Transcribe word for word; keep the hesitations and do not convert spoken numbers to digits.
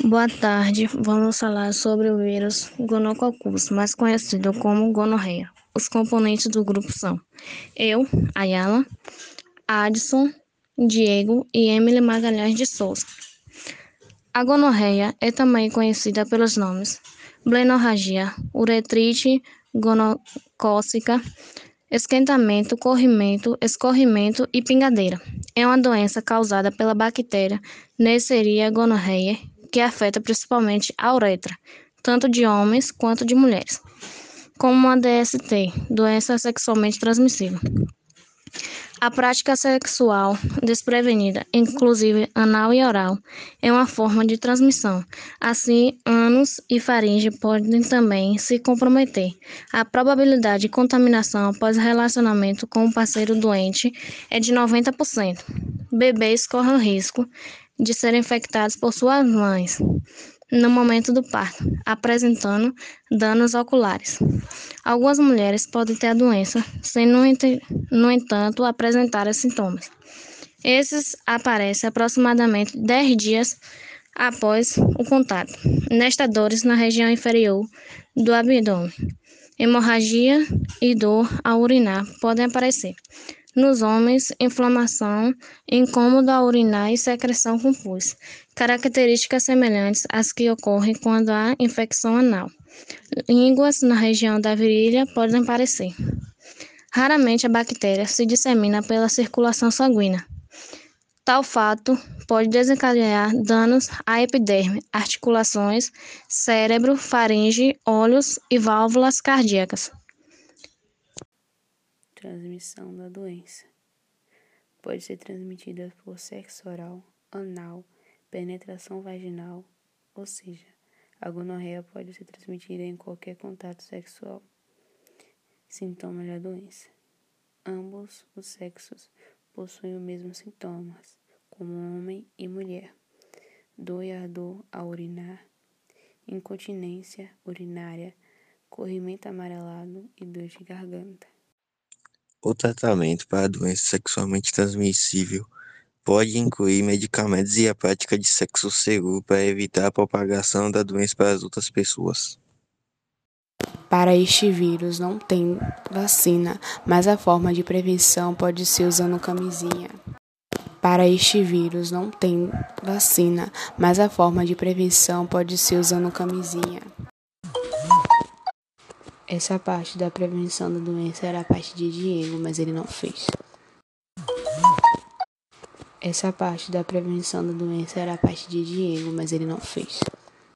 Boa tarde, vamos falar sobre o vírus gonococcus, mais conhecido como gonorreia. Os componentes do grupo são eu, Ayala, Adson, Diego e Emily Magalhães de Souza. A gonorreia é também conhecida pelos nomes blenorragia, uretrite gonocócica, esquentamento, corrimento, escorrimento e pingadeira. É uma doença causada pela bactéria Neisseria gonorrhoeae, que afeta principalmente a uretra, tanto de homens quanto de mulheres, como uma D S T, doença sexualmente transmissível. A prática sexual desprevenida, inclusive anal e oral, é uma forma de transmissão. Assim, ânus e faringe podem também se comprometer. A probabilidade de contaminação após relacionamento com o parceiro doente é de noventa por cento. Bebês correm o risco de serem infectados por suas mães no momento do parto, apresentando danos oculares. Algumas mulheres podem ter a doença sem, no entanto, apresentar sintomas. Esses aparecem aproximadamente dez dias após o contato. Nestas dores na região inferior do abdômen, hemorragia e dor ao urinar podem aparecer. Nos homens, inflamação, incômodo ao urinar e secreção com pus, características semelhantes às que ocorrem quando há infecção anal. Línguas na região da virilha podem aparecer. Raramente a bactéria se dissemina pela circulação sanguínea. Tal fato pode desencadear danos à epiderme, articulações, cérebro, faringe, olhos e válvulas cardíacas. Transmissão da doença. Pode ser transmitida por sexo oral, anal, penetração vaginal, ou seja, a gonorreia pode ser transmitida em qualquer contato sexual. Sintomas da doença. Ambos os sexos possuem os mesmos sintomas, como homem e mulher: dor e ardor ao urinar, incontinência urinária, corrimento amarelado e dor de garganta. O tratamento para a doença sexualmente transmissível pode incluir medicamentos e a prática de sexo seguro para evitar a propagação da doença para as outras pessoas. Para este vírus não tem vacina, mas a forma de prevenção pode ser usando camisinha. Para este vírus não tem vacina, mas a forma de prevenção pode ser usando camisinha. Essa parte da prevenção da doença era a parte de Diego, mas ele não fez. Essa parte da prevenção da doença era a parte de Diego, mas ele não fez.